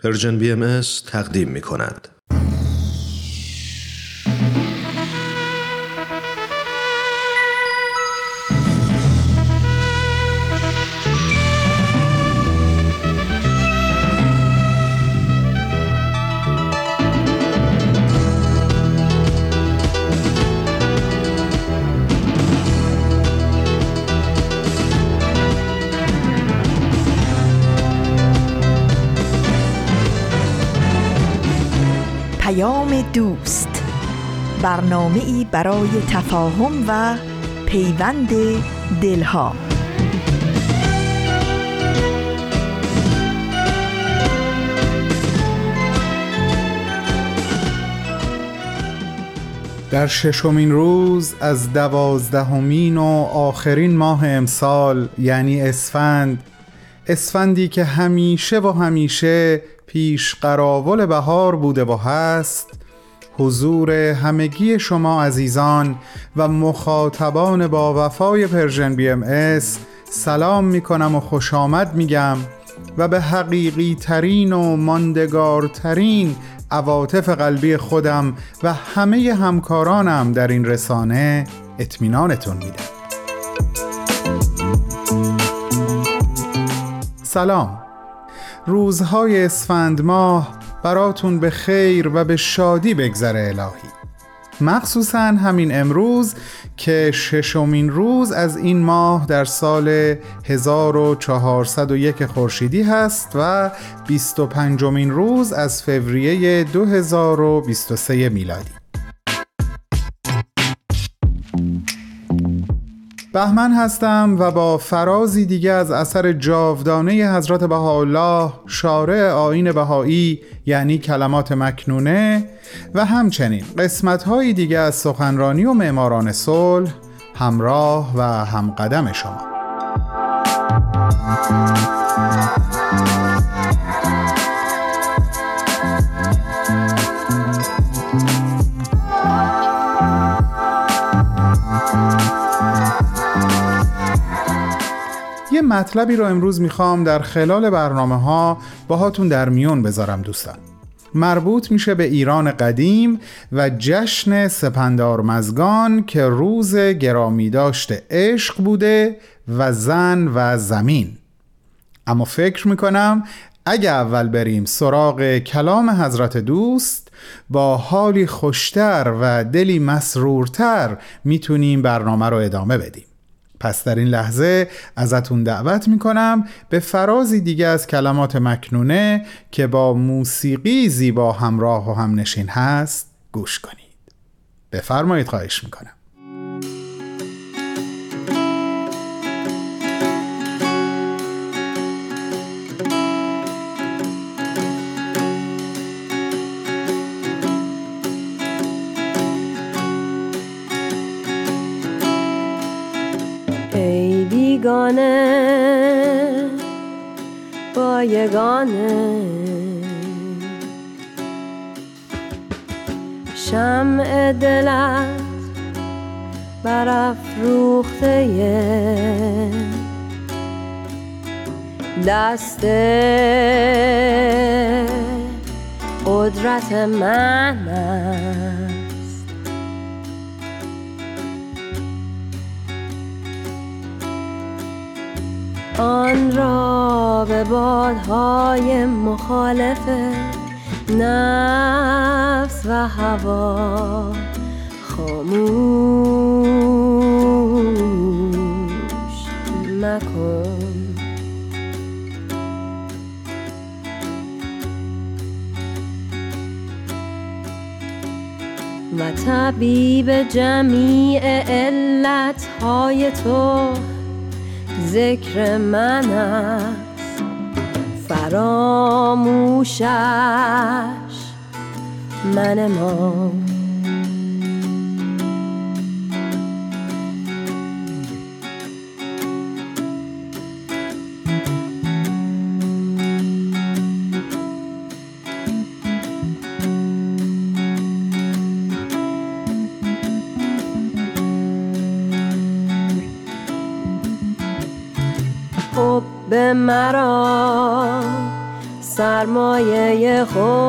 پرژن BMS تقدیم می کند. دوست، برنامه‌ای برای تفاهم و پیوند دلها. در 6مین روز از 12مین و آخرین ماه امسال، یعنی اسفندی که همیشه و همیشه پیش قراول بهار بوده و هست، حضور همگی شما عزیزان و مخاطبان با وفای پرژن BMS سلام میکنم و خوش آمد میگم و به حقیقی ترین و ماندگارترین عواطف قلبی خودم و همه همکارانم در این رسانه اطمینانتون میدم. سلام. روزهای اسفند ماه براتون به خیر و به شادی بگذره الهی. مخصوصاً همین امروز که 6مین روز از این ماه در سال 1401 خورشیدی هست و 25مین روز از فوریه 2023 میلادی. بهمن هستم و با فرازی دیگه از اثر جاودانه حضرت بهاءالله شارع آیین بهایی، یعنی کلمات مکنونه، و همچنین قسمت‌های دیگه از سخنرانی و معماران صلح همراه و همقدم شما. یه مطلبی رو امروز میخوام در خلال برنامه‌ها باهاتون در میون بذارم دوستان. مربوط میشه به ایران قدیم و جشن سپندارمزگان که روز گرامی داشته عشق بوده و زن و زمین. اما فکر میکنم اگه اول بریم سراغ کلام حضرت دوست، با حالی خوشتر و دلی مسرورتر میتونیم برنامه رو ادامه بدیم. پس در این لحظه ازتون دعوت میکنم به فرازی دیگه از کلمات مکنونه که با موسیقی زیبا همراه و همنشین هست گوش کنید. بفرمایید، خواهش میکنم. بیگانه با یگانه، شمع دلت برافروخته، دست قدرت من است. آن را به بادهای مخالف نفس و هوا خاموش مکن. و طبیب جمیع علتهای تو ذکر من است، فراموشش منما. حب مرا سرمایه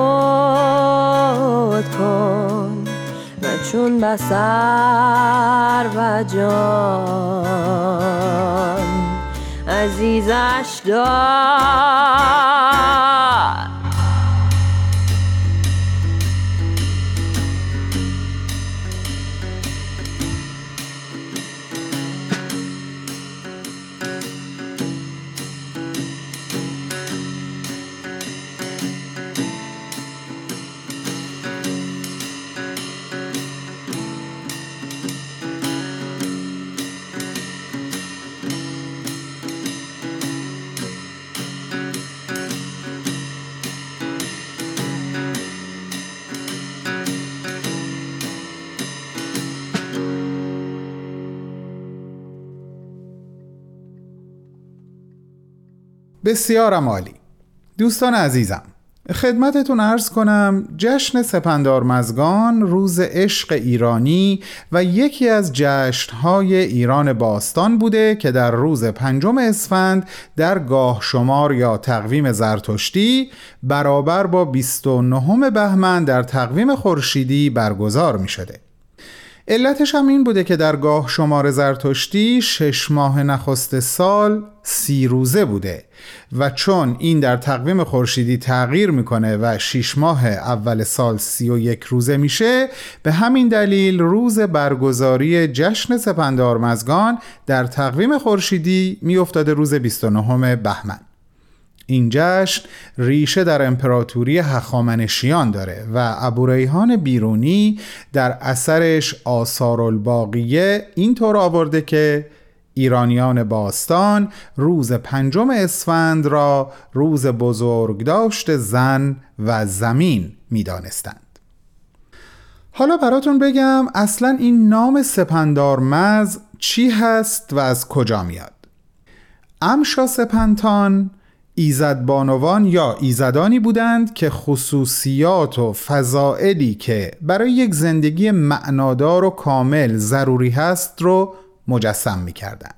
خود کن و چون بسر و جان عزیزش دار. بسیارم عالی. دوستان عزیزم، خدمتتون عرض کنم جشن سپندارمزگان روز عشق ایرانی و یکی از جشن‌های ایران باستان بوده که در روز 5 اسفند در گاه شمار یا تقویم زرتشتی برابر با 29 بهمن در تقویم خورشیدی برگزار می شده. علتش هم این بوده که در گاه شمار زرتشتی 6 ماه نخست سال 30 روزه بوده و چون این در تقویم خورشیدی تغییر میکنه و 6 ماه اول سال 31 روزه میشه، به همین دلیل روز برگزاری جشن سپندارمزگان در تقویم خورشیدی میافتاده روز 29 بهمن. این جشن ریشه در امپراتوری هخامنشیان داره و ابوریحان بیرونی در اثرش آثارالباقیه اینطور آورده که ایرانیان باستان روز 5 اسفند را روز بزرگداشت زن و زمین می دانستند. حالا براتون بگم اصلا این نام سپندارمز چی هست و از کجا میاد. امشا سپنتان ایزدبانوان یا ایزدانی بودند که خصوصیات و فضائلی که برای یک زندگی معنادار و کامل ضروری هست رو مجسم می کردند.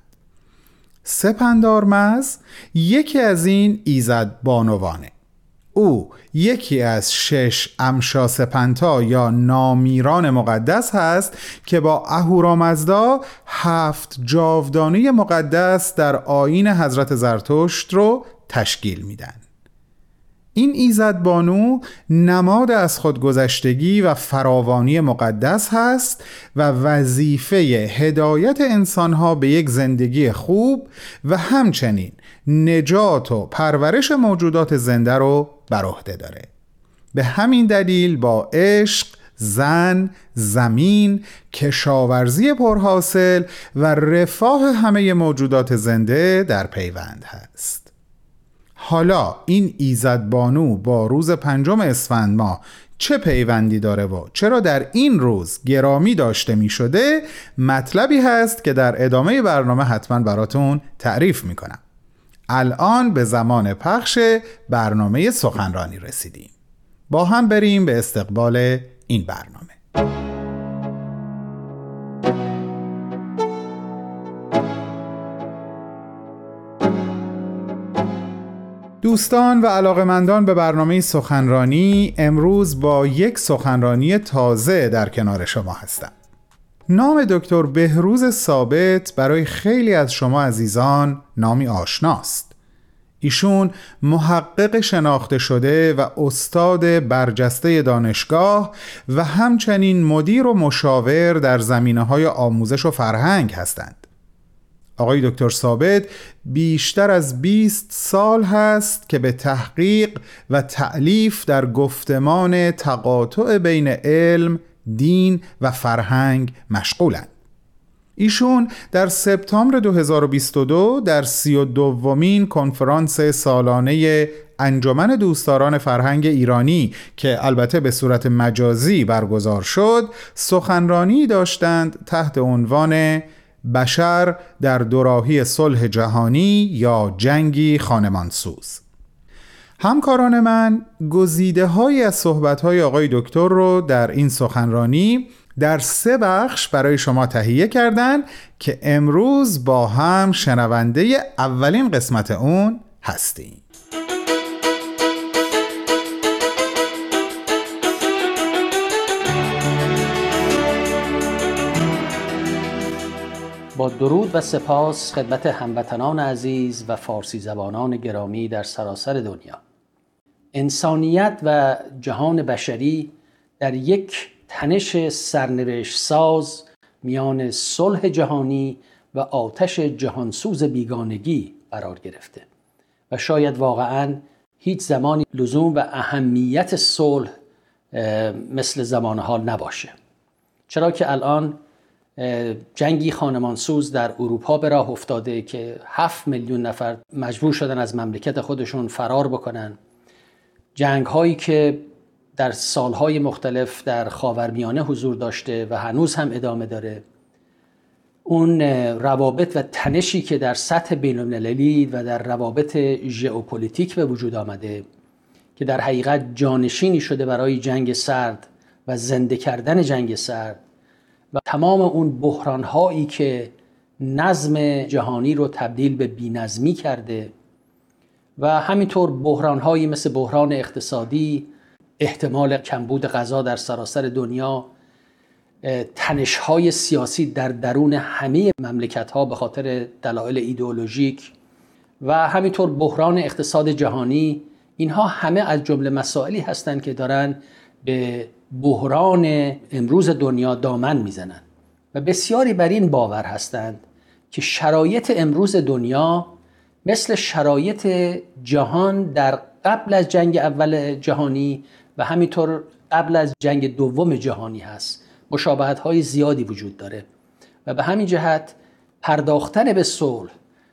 سپندارمز یکی از این ایزدبانوانه. او یکی از 6 امشا سپنتا یا نامیران مقدس هست که با اهورامزدا 7 جاودانه مقدس در آیین حضرت زرتشت رو تشکیل میدن. این ایزدبانو نماد از خودگذشتگی و فراوانی مقدس هست و وظیفه هدایت انسانها به یک زندگی خوب و همچنین نجات و پرورش موجودات زنده رو بر عهده داره. به همین دلیل با عشق، زن، زمین، کشاورزی پرحاصل و رفاه همه موجودات زنده در پیوند هست. حالا این ایزدبانو با روز 5 اسفند ماه چه پیوندی داره و چرا در این روز گرامی داشته می شده مطلبی هست که در ادامه برنامه حتما براتون تعریف می کنم. الان به زمان پخش برنامه سخنرانی رسیدیم. با هم بریم به استقبال این برنامه. دوستان و علاقمندان به برنامه سخنرانی، امروز با یک سخنرانی تازه در کنار شما هستم. نام دکتر بهروز ثابت برای خیلی از شما عزیزان نامی آشناست. ایشون محقق شناخته شده و استاد برجسته دانشگاه و همچنین مدیر و مشاور در زمینه‌های آموزش و فرهنگ هستند. آقای دکتر ثابت بیشتر از 20 سال هست که به تحقیق و تألیف در گفتمان تقاطع بین علم، دین و فرهنگ مشغولند. ایشون در سپتامبر 2022 در 32مین کنفرانس سالانه انجمن دوستداران فرهنگ ایرانی که البته به صورت مجازی برگزار شد، سخنرانی داشتند تحت عنوان بشر در دوراهی صلح جهانی یا جنگی خانمانسوز. همکاران من گزیده‌هایی از صحبت‌های آقای دکتر رو در این سخنرانی در 3 بخش برای شما تهیه کردن که امروز با هم شنونده اولین قسمت اون هستیم. با درود و سپاس خدمت هموطنان عزیز و فارسی زبانان گرامی در سراسر دنیا. انسانیت و جهان بشری در یک تنش سرنوشت ساز میان صلح جهانی و آتش جهانسوز بیگانگی قرار گرفته و شاید واقعاً هیچ زمانی لزوم و اهمیت صلح مثل زمان حال نباشه، چرا که الان جنگی خانمانسوز در اروپا به راه افتاده که 7 میلیون نفر مجبور شدن از مملکت خودشون فرار بکنن. جنگ هایی که در سالهای مختلف در خاورمیانه حضور داشته و هنوز هم ادامه داره. اون روابط و تنشی که در سطح بین‌المللی و در روابط ژئوپلیتیک به وجود آمده که در حقیقت جانشینی شده برای جنگ سرد و زنده کردن جنگ سرد و تمام اون بحران‌هایی که نظم جهانی رو تبدیل به بی‌نظمی کرده و همینطور بحران‌هایی مثل بحران اقتصادی، احتمال کمبود غذا در سراسر دنیا، تنش‌های سیاسی در درون همه مملکت‌ها به خاطر دلایل ایدئولوژیک و همینطور بحران اقتصاد جهانی، اینها همه از جمله مسائلی هستند که دارن به بحران امروز دنیا دامن میزنن و بسیاری بر این باور هستند که شرایط امروز دنیا مثل شرایط جهان در قبل از جنگ اول جهانی و همینطور قبل از جنگ دوم جهانی هست. مشابهت‌های زیادی وجود داره و به همین جهت پرداختن به صلح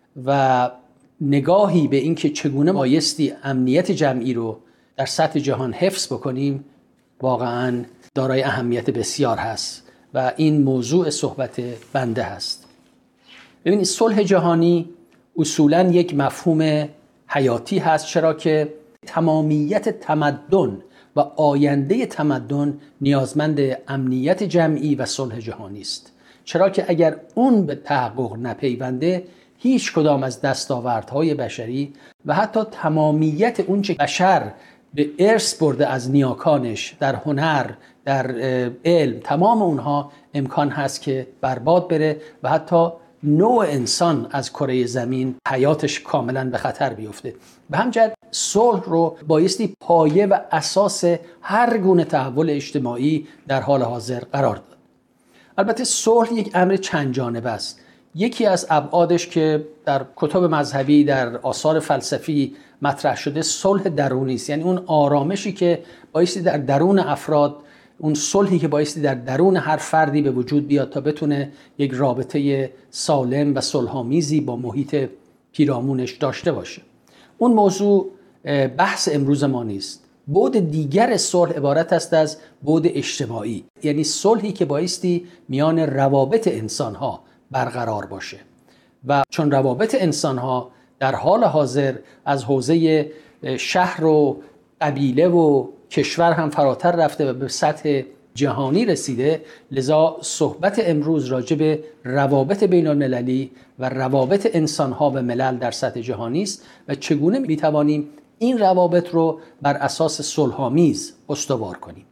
و نگاهی به این که چگونه بایستی امنیت جمعی رو در سطح جهان حفظ بکنیم واقعاً دارای اهمیت بسیار هست و این موضوع صحبت بنده هست. ببینید، صلح جهانی اصولاً یک مفهوم حیاتی هست، چرا که تمامیت تمدن و آینده تمدن نیازمند امنیت جمعی و صلح جهانی است، چرا که اگر اون به تحقق نپیونده هیچ کدام از دستاوردهای بشری و حتی تمامیت اون چه بشر به ارث برده از نیاکانش در هنر، در علم، تمام اونها امکان هست که برباد بره و حتی نوع انسان از کره زمین حیاتش کاملا به خطر بیفته. به همین جهت صلح رو بایستی پایه و اساس هر گونه تحول اجتماعی در حال حاضر قرار داد. البته صلح یک امر چند جانبه است. یکی از ابعادش که در کتب مذهبی، در آثار فلسفی مطرح شده، صلح درونی است، یعنی اون آرامشی که بایستی در درون افراد، اون صلحی که بایستی در درون هر فردی به وجود بیاد تا بتونه یک رابطه سالم و صلح‌آمیزی با محیط پیرامونش داشته باشه. اون موضوع بحث امروز ما نیست. بعد دیگر صلح عبارت است از بعد اجتماعی، یعنی صلحی که بایستی میان روابط انسان‌ها برقرار باشه و چون روابط انسان‌ها در حال حاضر از حوزه شهر و قبیله و کشور هم فراتر رفته و به سطح جهانی رسیده، لذا صحبت امروز راجع به روابط بین المللی و روابط انسان‌ها و ملل در سطح جهانی است و چگونه می‌توانیم این روابط رو بر اساس صلح‌آمیز استوار کنیم.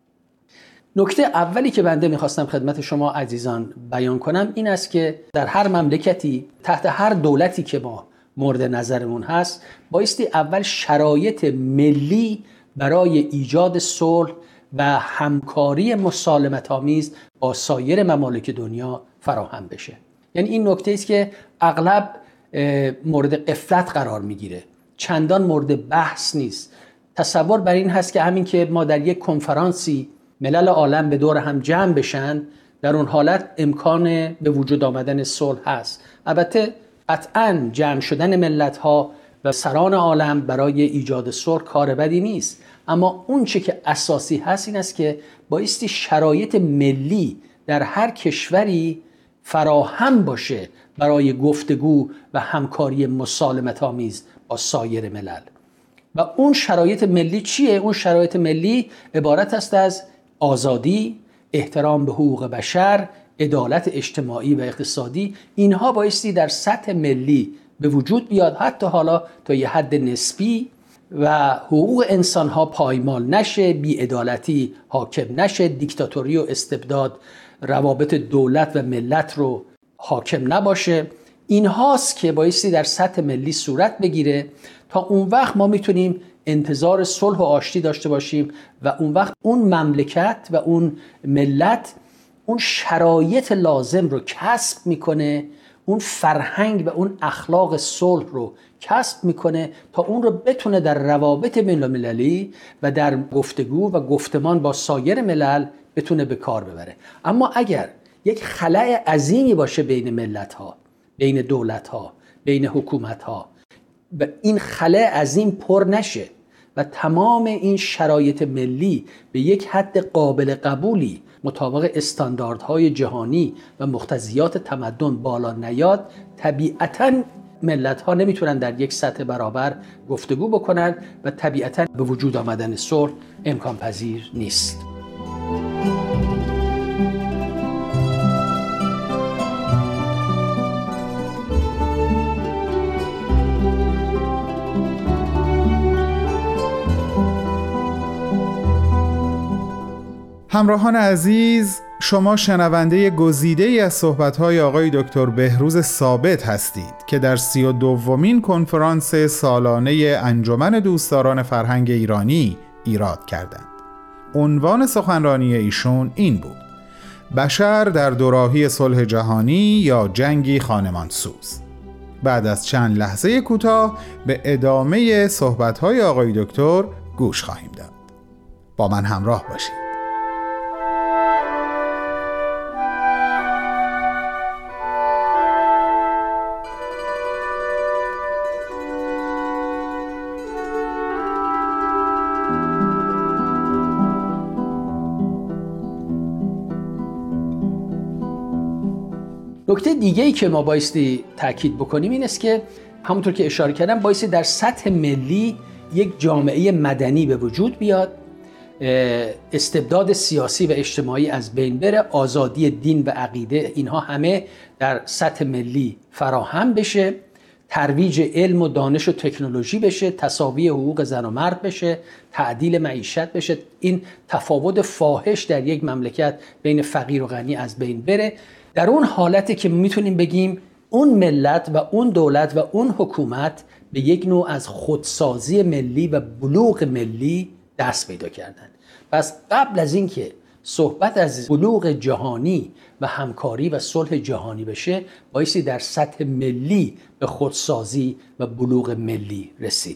نکته اولی که بنده میخواستم خدمت شما عزیزان بیان کنم این است که در هر مملکتی، تحت هر دولتی که ما مورد نظرمون هست، بایستی اول شرایط ملی برای ایجاد صلح و همکاری مسالمت‌آمیز با سایر ممالک دنیا فراهم بشه. یعنی این نکته است که اغلب مورد غفلت قرار میگیره، چندان مورد بحث نیست. تصور بر این هست که همین که ما در یک کنفرانسی ملل عالم به دور هم جمع بشن، در اون حالت امکان به وجود آمدن صلح هست. البته قطعاً جمع شدن ملت‌ها و سران عالم برای ایجاد صلح کار بدی نیست، اما اون چه که اساسی هست این است که بایستی شرایط ملی در هر کشوری فراهم باشه برای گفتگو و همکاری مسالمت‌آمیز با سایر ملل. و اون شرایط ملی چیه؟ اون شرایط ملی عبارت است از آزادی، احترام به حقوق بشر، عدالت اجتماعی و اقتصادی. اینها بایستی در سطح ملی به وجود بیاد، حتی حالا تا یه حد نسبی، و حقوق انسان‌ها پایمال نشه، بی‌عدالتی حاکم نشه، دیکتاتوری و استبداد روابط دولت و ملت رو حاکم نباشه. این هاست که بایستی در سطح ملی صورت بگیره. تا اون وقت ما میتونیم انتظار صلح و آشتی داشته باشیم و اون وقت اون مملکت و اون ملت اون شرایط لازم رو کسب میکنه، اون فرهنگ و اون اخلاق صلح رو کسب میکنه تا اون رو بتونه در روابط بین المللی و در گفتگو و گفتمان با سایر ملل بتونه به کار ببره. اما اگر یک خلأ عظیمی باشه بین ملت‌ها، بین دولت‌ها، بین حکومت‌ها و این خلأ عظیم پر نشه و تمام این شرایط ملی به یک حد قابل قبولی مطابق استانداردهای جهانی و مقتضیات تمدن بالا نیاد، طبیعتاً ملت‌ها نمیتونن در یک سطح برابر گفتگو بکنن و طبیعتاً به وجود آمدن صلح امکان پذیر نیست. همراهان عزیز، شما شنونده گزیده‌ای از صحبت‌های آقای دکتر بهروز ثابت هستید که در 32مین کنفرانس سالانه انجمن دوستداران فرهنگ ایرانی ایراد کردند. عنوان سخنرانی ایشون این بود: بشر در دوراهی صلح جهانی یا جنگی خانمانسوز. بعد از چند لحظه کوتاه به ادامه صحبت‌های آقای دکتر گوش خواهیم داد. با من همراه باشید. نکته دیگه‌ای که ما بایستی تاکید بکنیم این است که همونطور که اشاره کردم بایستی در سطح ملی یک جامعه مدنی به وجود بیاد، استبداد سیاسی و اجتماعی از بین بره، آزادی دین و عقیده اینها همه در سطح ملی فراهم بشه، ترویج علم و دانش و تکنولوژی بشه، تساوی حقوق زن و مرد بشه، تعدیل معیشت بشه، این تفاوت فاحش در یک مملکت بین فقیر و غنی از بین بره. در اون حالتی که میتونیم بگیم اون ملت و اون دولت و اون حکومت به یک نوع از خودسازی ملی و بلوغ ملی دست پیدا کردن. پس قبل از اینکه صحبت از بلوغ جهانی و همکاری و صلح جهانی بشه، بایستی در سطح ملی به خودسازی و بلوغ ملی رسید.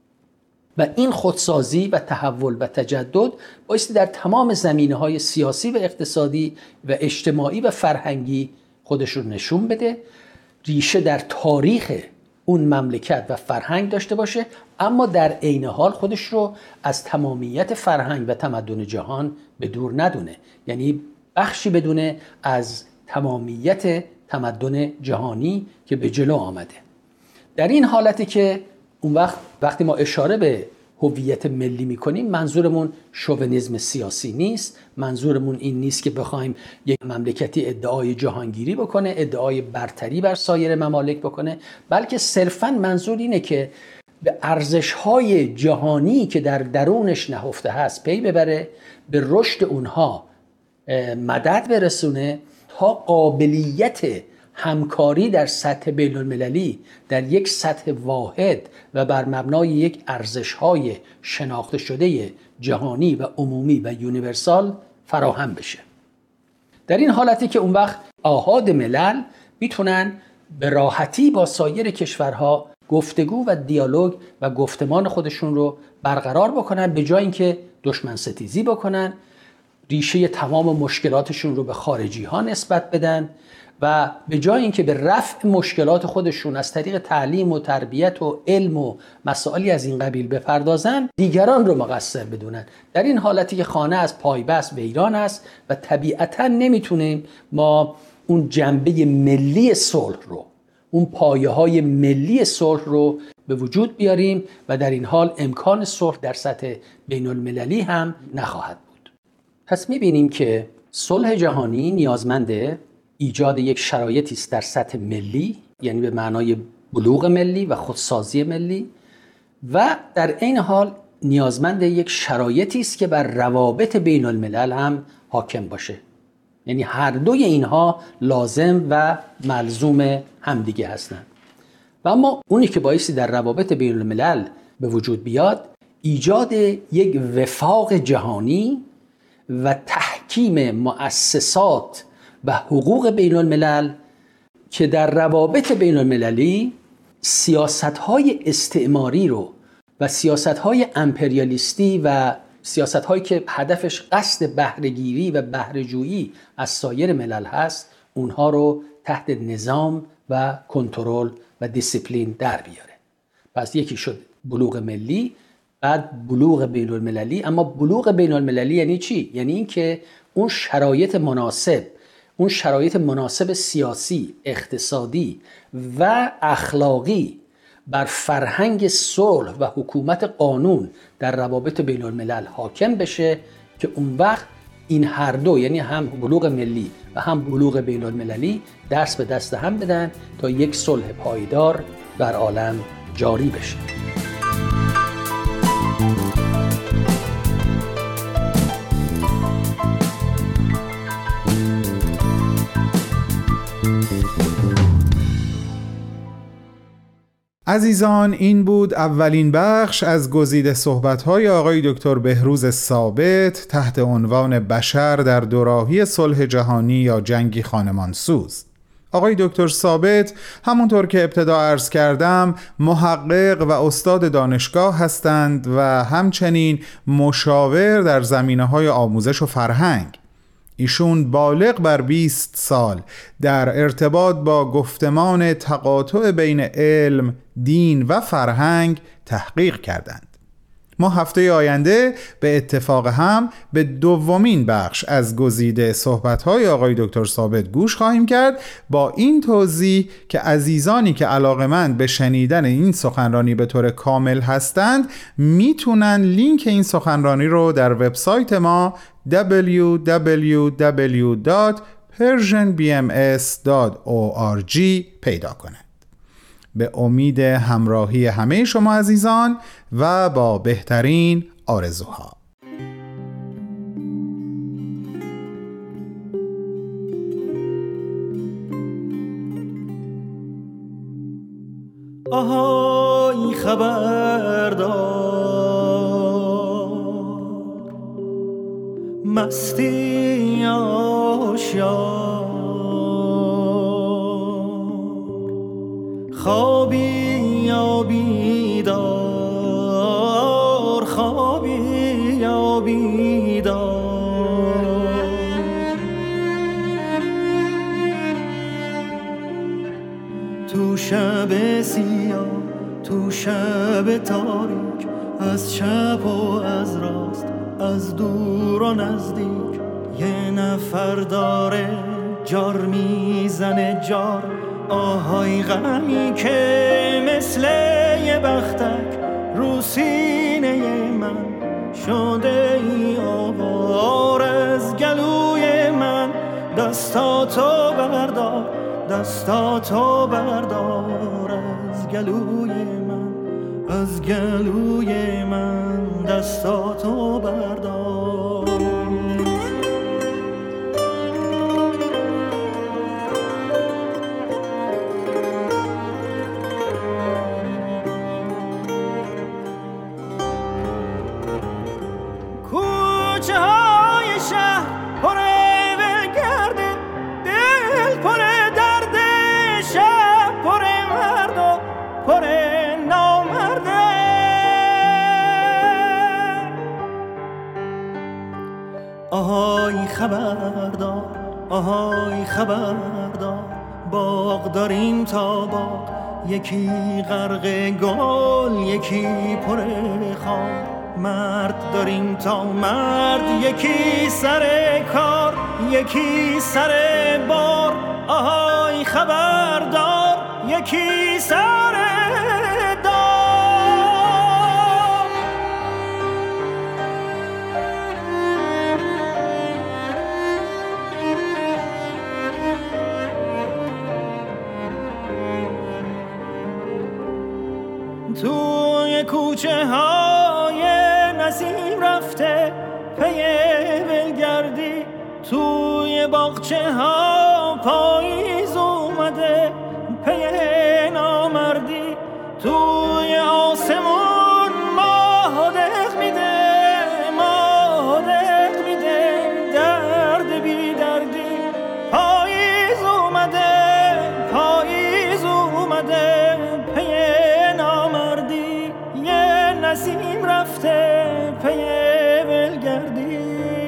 و این خودسازی و تحول و تجدد بایستی در تمام زمینه‌های سیاسی و اقتصادی و اجتماعی و فرهنگی خودش رو نشون بده، ریشه در تاریخ اون مملکت و فرهنگ داشته باشه، اما در عین حال خودش رو از تمامیت فرهنگ و تمدن جهان به دور ندونه، یعنی بخشی بدونه از تمامیت تمدن جهانی که به جلو آمده. در این حالتی که اون وقتی ما اشاره به هویت ملی میکنیم، منظورمون شوونیسم سیاسی نیست، منظورمون این نیست که بخوایم یک مملکتی ادعای جهانگیری بکنه، ادعای برتری بر سایر ممالک بکنه، بلکه صرفاً منظور اینه که به ارزش‌های جهانی که در درونش نهفته هست پی ببره، به رشد اونها مدد برسونه تا قابلیت همکاری در سطح بین المللی در یک سطح واحد و بر مبنای یک ارزش‌های شناخته شده جهانی و عمومی و یونیورسال فراهم بشه. در این حالتی که اون وقت آحاد ملل میتونن به راحتی با سایر کشورها گفتگو و دیالوگ و گفتمان خودشون رو برقرار بکنن، به جای اینکه دشمن ستیزی بکنن، ریشه تمام مشکلاتشون رو به خارجی ها نسبت بدن و به جای اینکه به رفع مشکلات خودشون از طریق تعلیم و تربیت و علم و مسائلی از این قبیل بپردازن، دیگران رو مقصر بدونن. در این حالتی که خانه از پایبست ویران است و طبیعتاً نمیتونیم ما اون جنبه ملی صلح رو، اون پایه‌های ملی صلح رو به وجود بیاریم و در این حال امکان صلح در سطح بین المللی هم نخواهد بود. پس میبینیم که صلح جهانی نیازمند ایجاد یک شرایطی است در سطح ملی، یعنی به معنای بلوغ ملی و خودسازی ملی، و در عین حال نیازمند یک شرایطی است که بر روابط بین الملل هم حاکم باشه. یعنی هر دوی اینها لازم و ملزوم همدیگه هستند. و اما اونی که بایستی در روابط بین الملل به وجود بیاد ایجاد یک وفاق جهانی و تحکیم مؤسسات و حقوق بین الملل که در روابط بین المللی سیاست‌های استعماری رو و سیاست‌های امپریالیستی و سیاست‌هایی که هدفش قصد بهره‌گیری و بهره‌جویی از سایر ملل هست اونها رو تحت نظام و کنترل و دیسیپلین در بیاره. پس یکی شد بلوغ ملی، بعد بلوغ بین المللی. اما بلوغ بین المللی یعنی چی؟ یعنی این که اون شرایط مناسب سیاسی، اقتصادی و اخلاقی بر فرهنگ صلح و حکومت قانون در روابط بین الملل حاکم بشه که اون وقت این هر دو، یعنی هم بلوغ ملی و هم بلوغ بین المللی، دست به دست هم بدن تا یک صلح پایدار در عالم جاری بشه. عزیزان، این بود اولین بخش از گزیده صحبت‌های آقای دکتر بهروز ثابت تحت عنوان بشر در دوراهی صلح جهانی یا جنگی خانمانسوز. آقای دکتر ثابت همونطور که ابتدا عرض کردم محقق و استاد دانشگاه هستند و همچنین مشاور در زمینه‌های آموزش و فرهنگ. ایشون بالغ بر 20 سال در ارتباط با گفتمان تقاطع بین علم، دین و فرهنگ تحقیق کردند. ما هفته آینده به اتفاق هم به دومین بخش از گزیده صحبت‌های آقای دکتر ثابت گوش خواهیم کرد، با این توضیح که عزیزانی که علاقه‌مند به شنیدن این سخنرانی به طور کامل هستند میتونن لینک این سخنرانی رو در وبسایت ما www.persianbms.org پیدا کنند. به امید همراهی همه شما عزیزان و با بهترین آرزوها. آهای خبردار مستی آشیار، خوابی یا بیدار، خوابی یا بیدار، تو شب سیاه، تو شب تاریک، از چپ و از راست، از دور و نزدیک، یه نفر داره جار میزنه جار. آهای غمی که مثل یه بختک رو سینه من شده ای آوار، از گلوی من دستاتو بردار، دستاتو بردار، از گلوی من، از گلوی من دستاتو بردار. کوچه های شهر پره گرده، دل پره درده، شب پره مرد و پره نامرده. آهای خبردار، آهای خبردار، باغ داریم تا باغ، یکی غرق گل، یکی پره خار. مرد داریم تا مرد، یکی سر کار، یکی سر بار. آهای خبردار، یکی سر دار. توی کوچه های نسیم رفته پی ولگردی، توی توی باغچه ها پاییز اومده پی نامردی، توی آسمون ماه دق میده، ماه دق میده، درد بی دردی. پاییز اومده، پاییز اومده پی نامردی، یه نسیم رفته پی ولگردی.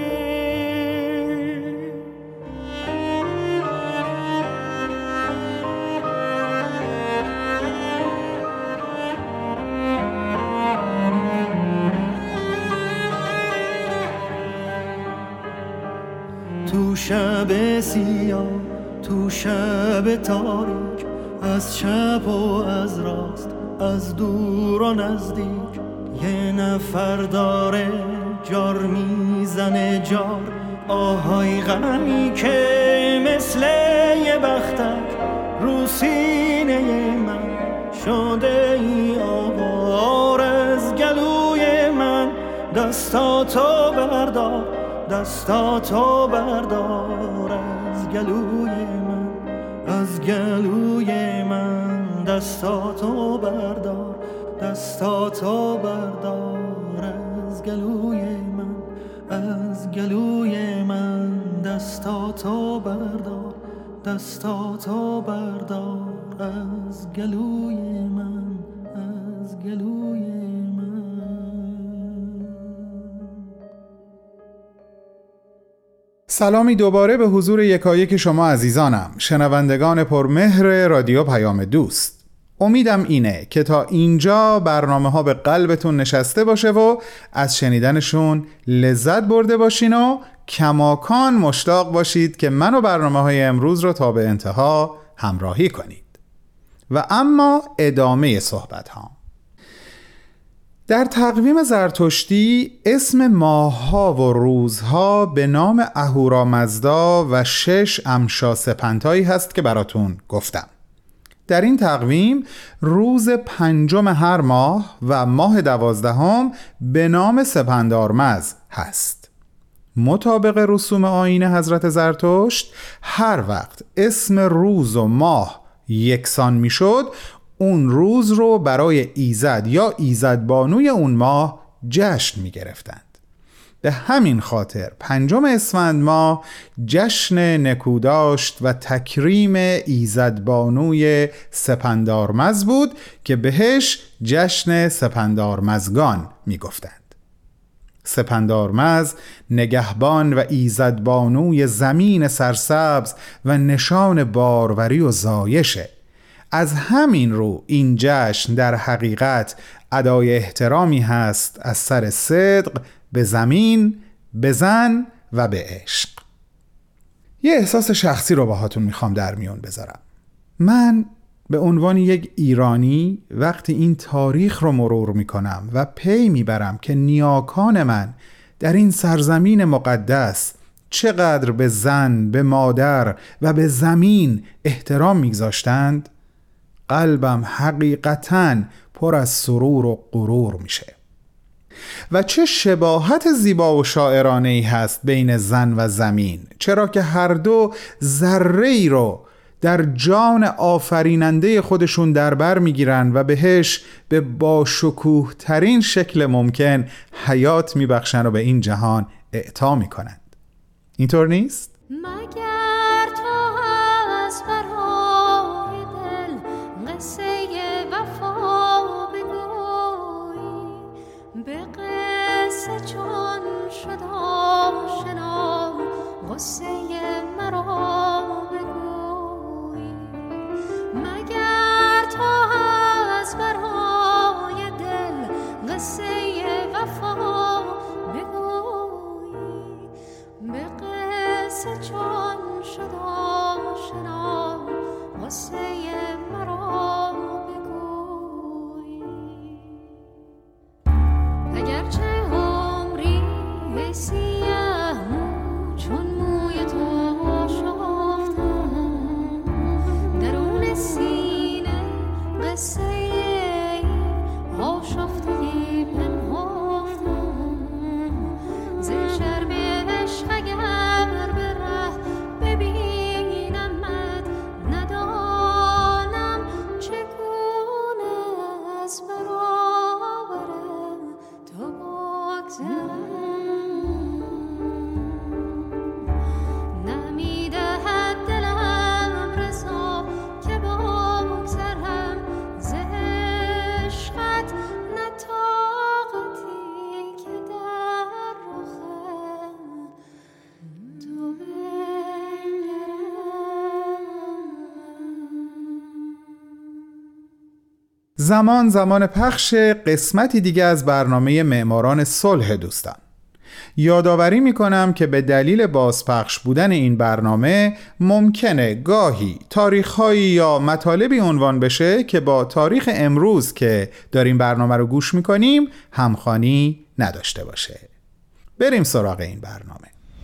تو شب سیاه، تو شب تاریک، از چپ و از راست، از دور و نزدیک، یه نفر داره جار میزنه جار، آهای غمی که مثل یه بختک رو سینه من شده ای آوار. از گلوی من دستاتو بردار، دستاتو بردار از گلوی من، از گلوی من دستاتو بردار، دستاتو بردار از گلوی من، از گلوی من دستاتو بردار، دستاتو بردار از گلوی من، از گلوی من. سلامی دوباره به حضور یکایک شما عزیزانم، شنوندگان پرمهر رادیو پیام دوست. امیدم اینه که تا اینجا برنامه ها به قلبتون نشسته باشه و از شنیدنشون لذت برده باشین و کماکان مشتاق باشید که من و برنامه های امروز رو تا به انتها همراهی کنید. و اما ادامه صحبت ها. در تقویم زرتشتی اسم ماه‌ها و روزها به نام اهورامزدا و 6 امشا سپنتایی هست که براتون گفتم. در این تقویم روز 5 هر ماه و ماه 12 به نام سپندارمز هست. مطابق رسوم آیین حضرت زرتشت هر وقت اسم روز و ماه یکسان میشد، اون روز رو برای ایزد یا ایزدبانوی اون ماه جشن می گرفتند. به همین خاطر 5 اسفند ماه جشن نکوداشت و تکریم ایزدبانوی سپندارمز بود که بهش جشن سپندارمزگان می گفتند. سپندارمز نگهبان و ایزدبانوی زمین سرسبز و نشان باروری و زایشه. از همین رو این جشن در حقیقت ادای احترامی هست از سر صدق به زمین، به زن و به عشق. یه احساس شخصی رو باهاتون میخوام در میون بذارم. من به عنوان یک ایرانی وقتی این تاریخ رو مرور میکنم و پی میبرم که نیاکان من در این سرزمین مقدس چقدر به زن، به مادر و به زمین احترام میگذاشتند، قلبم حقیقتاً پر از سرور و غرور میشه. و چه شباهت زیبا و شاعرانه‌ای هست بین زن و زمین، چرا که هر دو ذره‌ای رو در جان آفریننده خودشون در بر میگیرن و بهش به باشکوه ترین شکل ممکن حیات میبخشن و به این جهان اعطا میکنند. اینطور نیست؟ مگر تو از برای دل قصه وفا بگویی، به قصه چون شد آشنا قصه مرا بگویی. مگر تو از برای دل قصه وفا بگویی، به قصه چون شد آشنا قصه مرا بگویی. اگرچه عمری سیاه چون موی تو زمان پخش قسمتی دیگه از برنامه معماران صلح دوستان. یادآوری میکنم که به دلیل بازپخش بودن این برنامه ممکنه گاهی تاریخ‌هایی یا مطالبی عنوان بشه که با تاریخ امروز که داریم برنامه رو گوش میکنیم همخوانی نداشته باشه. بریم سراغ این برنامه.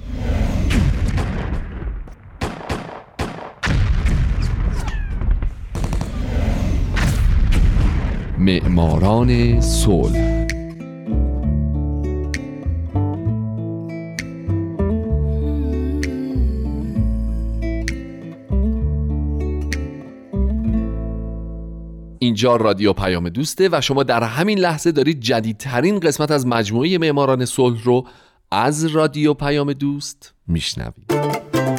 معماران صلح. اینجا رادیو پیام دوسته و شما در همین لحظه دارید جدیدترین قسمت از مجموعه معماران صلح رو از رادیو پیام دوست میشنوید.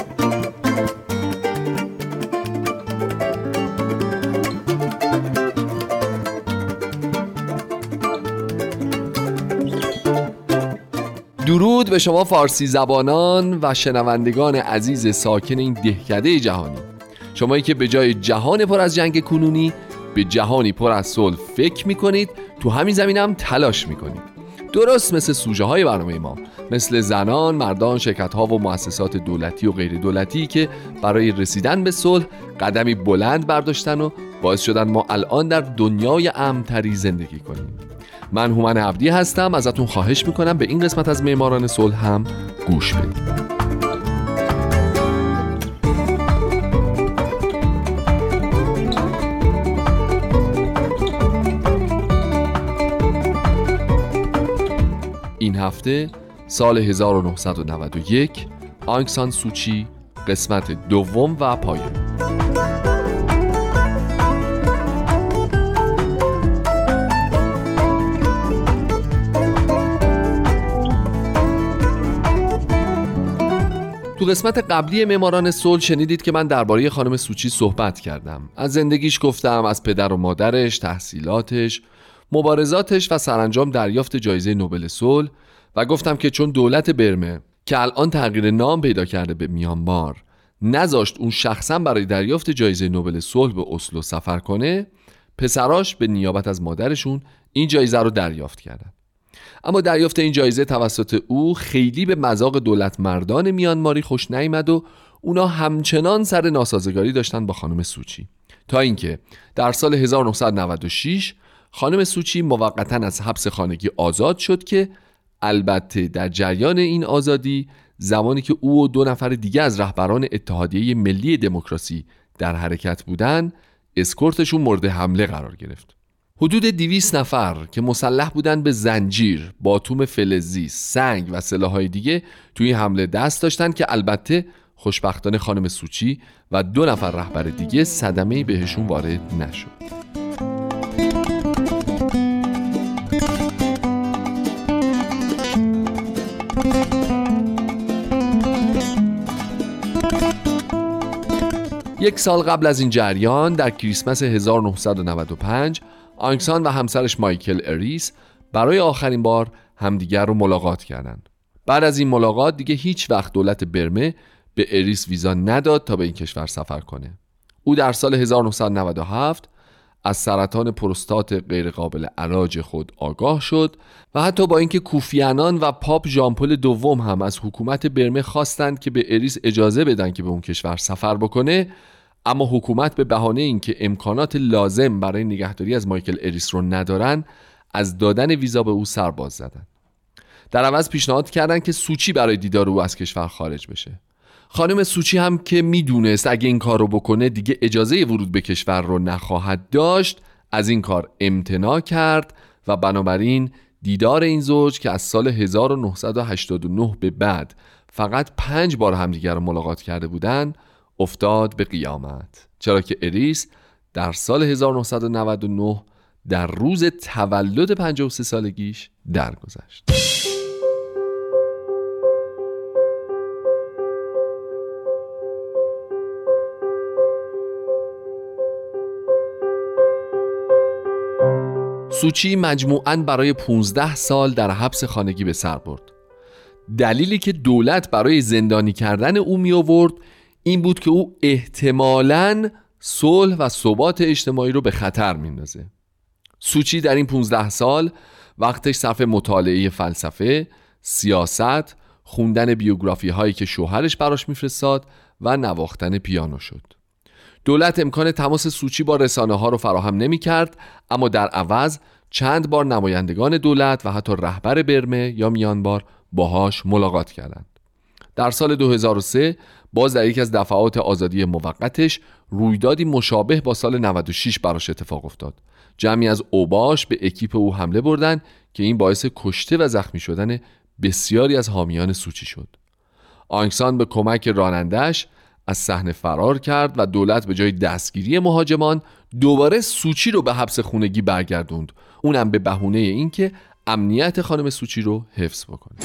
درود به شما فارسی زبانان و شنوندگان عزیز ساکن این دهکده جهانی، شمایی که به جای جهان پر از جنگ کنونی به جهانی پر از صلح فکر میکنید، تو همین زمینه هم تلاش میکنید، درست مثل سوژه های برنامه ما، مثل زنان، مردان، شرکت ها و مؤسسات دولتی و غیر دولتی که برای رسیدن به صلح قدمی بلند برداشتن و باعث شدن ما الان در دنیای امن‌تری زندگی کنیم. من هومن عبدی هستم، ازتون خواهش میکنم به این قسمت از معماران صلح هم گوش بدید. این هفته سال 1991 آنگ سان سوچی قسمت دوم و پایان. تو قسمت قبلی معماران صلح شنیدید که من درباره خانم سوچی صحبت کردم. از زندگیش گفتم، از پدر و مادرش، تحصیلاتش، مبارزاتش و سرانجام دریافت جایزه نوبل صلح و گفتم که چون دولت برمه که الان تغییر نام پیدا کرده به میانمار نذاشت اون شخصا برای دریافت جایزه نوبل صلح به اسلو سفر کنه، پسراش به نیابت از مادرشون این جایزه رو دریافت کردن. اما دریافت این جایزه توسط او خیلی به مذاق دولت مردان میانماری خوش نیامد و اونا همچنان سر ناسازگاری داشتن با خانم سوچی، تا اینکه در سال 1996 خانم سوچی موقتاً از حبس خانگی آزاد شد که البته در جریان این آزادی زمانی که او و 2 نفر دیگه از رهبران اتحادیه ملی دموکراسی در حرکت بودن، اسکورتشون مورد حمله قرار گرفت. حدود 200 نفر که مسلح بودن به زنجیر، باتوم فلزی، سنگ و سلاح‌های دیگه توی حمله دست داشتن که البته خوشبختانه خانم سوچی و 2 نفر رهبر دیگه صدمه‌ای بهشون وارد نشد. یک سال قبل از این جریان در کریسمس 1995 آنگ سان و همسرش مایکل اریس برای آخرین بار همدیگر رو ملاقات کردند. بعد از این ملاقات دیگه هیچ وقت دولت برمه به اریس ویزا نداد تا به این کشور سفر کنه. او در سال 1997 از سرطان پروستات غیرقابل علاج خود آگاه شد و حتی با اینکه کوفیانان و پاپ ژان پل دوم هم از حکومت برمه خواستند که به اریس اجازه بدن که به اون کشور سفر بکنه، اما حکومت به بهانه اینکه امکانات لازم برای نگهداری از مایکل اریس رو ندارن، از دادن ویزا به او سر باز زدن. در عوض پیشنهاد کردن که سوچی برای دیدار او از کشور خارج بشه. خانم سوچی هم که میدونست اگه این کار رو بکنه دیگه اجازه ورود به کشور رو نخواهد داشت، از این کار امتناع کرد و بنابراین دیدار این زوج که از سال 1989 به بعد فقط 5 بار همدیگر رو ملاقات کرده بودن افتاد به قیامت، چرا که اریس در سال 1999 در روز تولد 53 سالگیش درگذشت. سوچی مجموعاً برای 15 سال در حبس خانگی به سر برد. دلیلی که دولت برای زندانی کردن او می آورد این بود که او احتمالاً صلح و ثبات اجتماعی رو به خطر میندازه. سوچی در این 15 سال وقتش صرف مطالعه فلسفه، سیاست، خوندن بیوگرافی هایی که شوهرش براش میفرستاد و نواختن پیانو شد. دولت امکان تماس سوچی با رسانه ها رو فراهم نمی کرد، اما در عوض چند بار نمایندگان دولت و حتی رهبر برمه یا میانمار باهاش ملاقات کردند. در سال 2003 باز در یک از دفعات آزادی موقتش رویدادی مشابه با سال 96 براش اتفاق افتاد. جمعی از اوباش به اکیپ او حمله بردن که این باعث کشته و زخمی شدن بسیاری از حامیان سوچی شد. آنگ سان به کمک رانندش از صحنه فرار کرد و دولت به جای دستگیری مهاجمان دوباره سوچی رو به حبس خانگی برگردوند، اونم به بهونه اینکه امنیت خانم سوچی رو حفظ بکنه.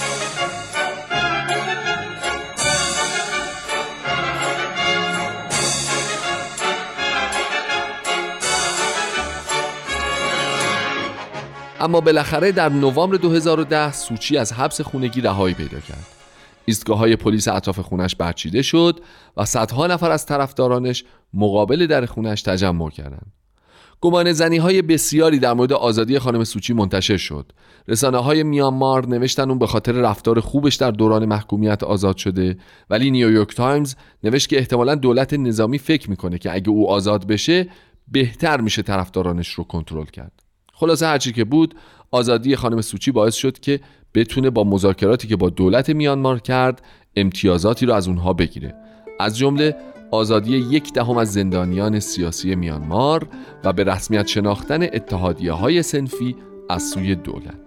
اما بالاخره در نوامبر 2010 سوچی از حبس خانگی رهایی پیدا کرد. ایستگاه‌های پلیس اطراف خونش برچیده شد و صدها نفر از طرفدارانش مقابل در خونش تجمع کردند. گمان زنی‌های بسیاری در مورد آزادی خانم سوچی منتشر شد. رسانه‌های میانمار نوشتن اون به خاطر رفتار خوبش در دوران محکومیت آزاد شده، ولی نیویورک تایمز نوشت که احتمالاً دولت نظامی فکر می‌کنه که اگه او آزاد بشه بهتر میشه طرفدارانش رو کنترل کرد. خلاصه هرچی که بود، آزادی خانم سوچی باعث شد که بتونه با مذاکراتی که با دولت میانمار کرد امتیازاتی رو از اونها بگیره، از جمله آزادی 1/10 از زندانیان سیاسی میانمار و به رسمیت شناختن اتحادیه‌های صنفی از سوی دولت.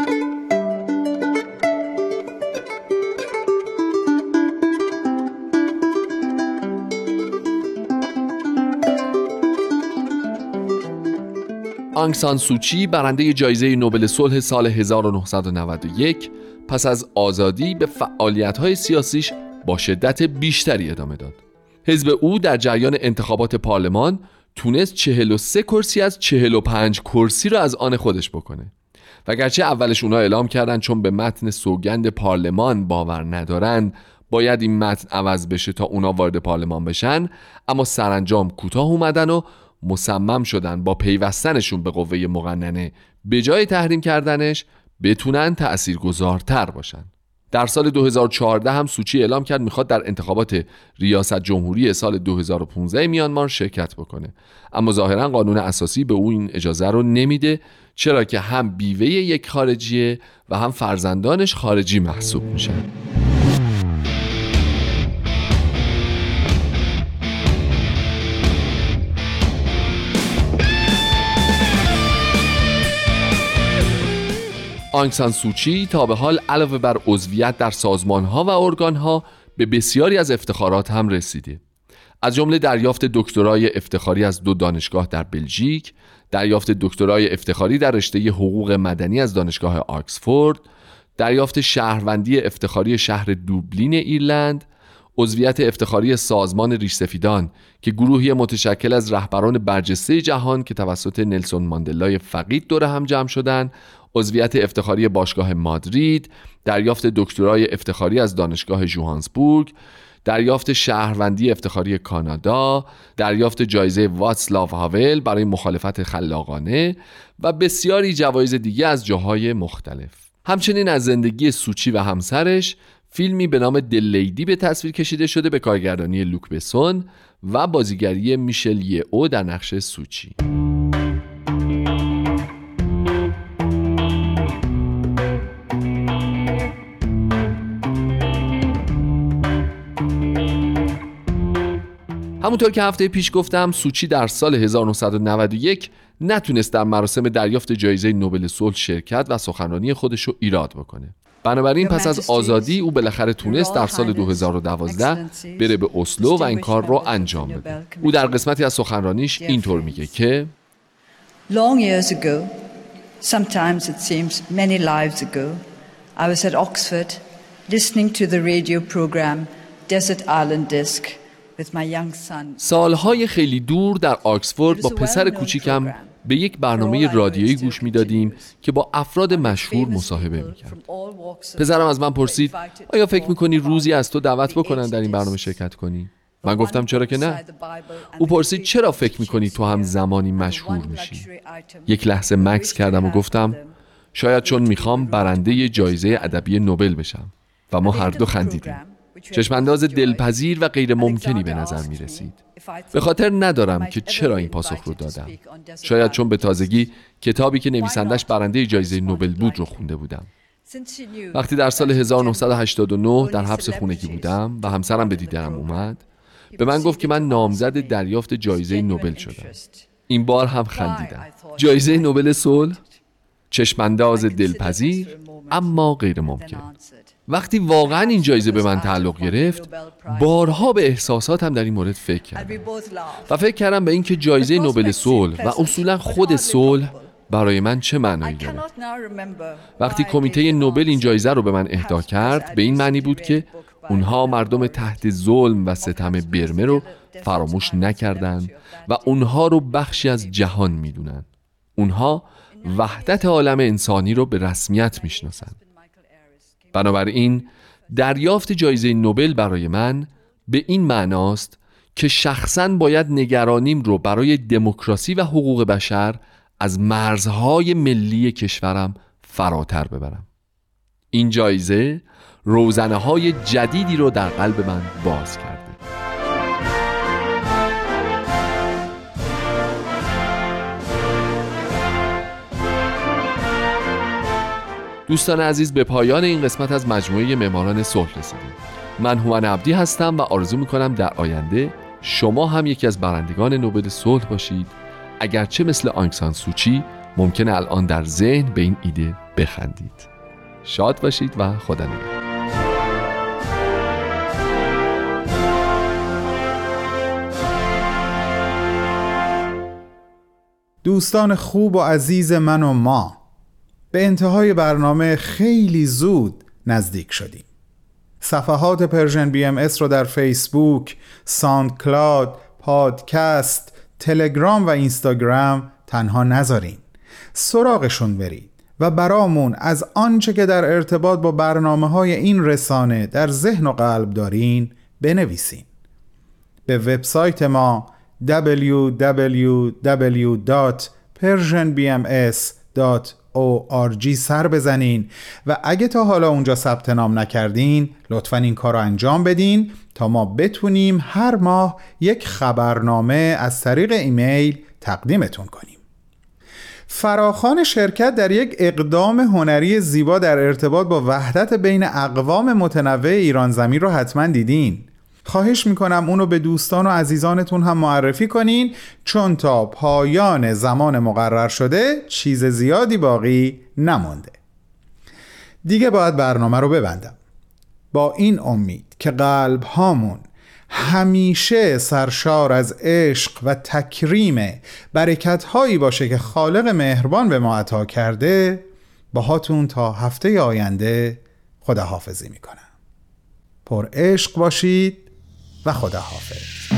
آنگ سان سوچی برنده جایزه نوبل صلح سال 1991 پس از آزادی به فعالیت‌های سیاسیش با شدت بیشتری ادامه داد. حزب او در جریان انتخابات پارلمان تونست 43 کرسی از 45 کرسی را از آن خودش بکنه. و گرچه اولش اونا اعلام کردن چون به متن سوگند پارلمان باور ندارن باید این متن عوض بشه تا اونا وارد پارلمان بشن، اما سرانجام کوتاه اومدن و مصمم شدن با پیوستنشون به قوه مقننه به جای تحریم کردنش بتونن تأثیرگذارتر باشن. در سال 2014 هم سوچی اعلام کرد میخواد در انتخابات ریاست جمهوری سال 2015 میانمار شرکت بکنه، اما ظاهرا قانون اساسی به او این اجازه رو نمیده، چرا که هم بیوه یک خارجیه و هم فرزندانش خارجی محسوب میشن. آنگ سان سوچی تا به حال علاوه بر عضویت در سازمان‌ها و ارگان‌ها به بسیاری از افتخارات هم رسیده، از جمله دریافت دکترای افتخاری از 2 دانشگاه در بلژیک، دریافت دکترای افتخاری در رشته حقوق مدنی از دانشگاه آکسفورد، دریافت شهروندی افتخاری شهر دوبلین ایرلند، عضویت افتخاری سازمان ریشسفیدان که گروهی متشکل از رهبران برجسته جهان که توسط نلسون ماندلای فقید دور هم جمع شدند، عضویت افتخاری باشگاه مادرید، دریافت دکترای افتخاری از دانشگاه ژوهانسبورگ، دریافت شهروندی افتخاری کانادا، دریافت جایزه واتسلاو هاول برای مخالفت خلاقانه و بسیاری جوایز دیگه از جاهای مختلف. همچنین از زندگی سوچی و همسرش فیلمی به نام دل لیدی به تصویر کشیده شده به کارگردانی لوک بسون و بازیگری میشل یئو در نقش سوچی. همونطور که هفته پیش گفتم سوچی در سال 1991 نتونست در مراسم دریافت جایزه نوبل صلح شرکت و سخنرانی خودش رو ایراد بکنه. بنابراین پس از آزادی او بالاخره تونست در سال 2012 بره به اسلو و این کار رو انجام بده. او در قسمتی از سخنرانیش اینطور میگه که Long years ago, sometimes it seems many lives ago, I was at Oxford listening to the radio program Desert Island Disc with my young son. سالهای خیلی دور در آکسفورد با پسر کوچیکم به یک برنامه رادیویی گوش میدادیم که با افراد مشهور مصاحبه میکرد. پسرم از من پرسید آیا فکر میکنی روزی از تو دعوت بکنن در این برنامه شرکت کنی؟ من گفتم چرا که نه. او پرسید چرا فکر میکنی تو هم زمانی مشهور میشی؟ یک لحظه مکث کردم و گفتم شاید چون میخوام برنده جایزه ادبی نوبل بشم. و ما هر دو خندیدیم. چشمانداز دلپذیر و غیر ممکنی به نظر می رسید. به خاطر ندارم که چرا این پاسخ رو دادم. شاید چون به تازگی کتابی که نویسندش برنده جایزه نوبل بود رو خونده بودم. وقتی در سال 1989 در حبس خونگی بودم و همسرم به دیدنم اومد، به من گفت که من نامزد دریافت جایزه نوبل شدم. این بار هم خندیدم. جایزه نوبل صلح، چشمانداز دلپذیر اما غیر ممکن. وقتی واقعا این جایزه به من تعلق گرفت، بارها به احساساتم در این مورد فکر کردم و فکر کردم به این که جایزه نوبل صلح و اصولا خود صلح برای من چه معنایی داره. وقتی کمیته نوبل این جایزه رو به من اهدا کرد، به این معنی بود که اونها مردم تحت ظلم و ستم برمه رو فراموش نکردن و اونها رو بخشی از جهان میدونن. اونها وحدت عالم انسانی رو به رسمیت میشناسن. بنابراین دریافت جایزه نوبل برای من به این معناست که شخصاً باید نگرانیم رو برای دموکراسی و حقوق بشر از مرزهای ملی کشورم فراتر ببرم. این جایزه روزنه‌های جدیدی رو در قلب من باز کرده. دوستان عزیز، به پایان این قسمت از مجموعه معماران صلح رسیدیم. من هومن عبدی هستم و آرزو میکنم در آینده شما هم یکی از برندگان نوبل صلح باشید، اگرچه مثل آنگ سان سوچی ممکنه الان در ذهن به این ایده بخندید. شاد باشید و خدا نگهدار. دوستان خوب و عزیز من و ما، به انتهای برنامه خیلی زود نزدیک شدیم. صفحات پرژن BMS رو در فیسبوک، ساوند کلاود، پادکست، تلگرام و اینستاگرام تنها نذارین. سراغشون برید و برامون از آنچه که در ارتباط با برنامه‌های این رسانه در ذهن و قلب دارین بنویسین. به وبسایت ما www.persianbms.org سر بزنین و اگه تا حالا اونجا ثبت نام نکردین لطفاً این کار رو انجام بدین تا ما بتونیم هر ماه یک خبرنامه از طریق ایمیل تقدیمتون کنیم. فراخوان شرکت در یک اقدام هنری زیبا در ارتباط با وحدت بین اقوام متنوع ایران زمین رو حتما دیدین. خواهش میکنم اونو به دوستان و عزیزانتون هم معرفی کنین، چون تا پایان زمان مقرر شده چیز زیادی باقی نمونده. دیگه باید برنامه رو ببندم با این امید که قلب هامون همیشه سرشار از عشق و تکریم برکت هایی باشه که خالق مهربان به ما عطا کرده. باهاتون تا هفته آینده خداحافظی میکنم. پر عشق باشید و خداحافظ.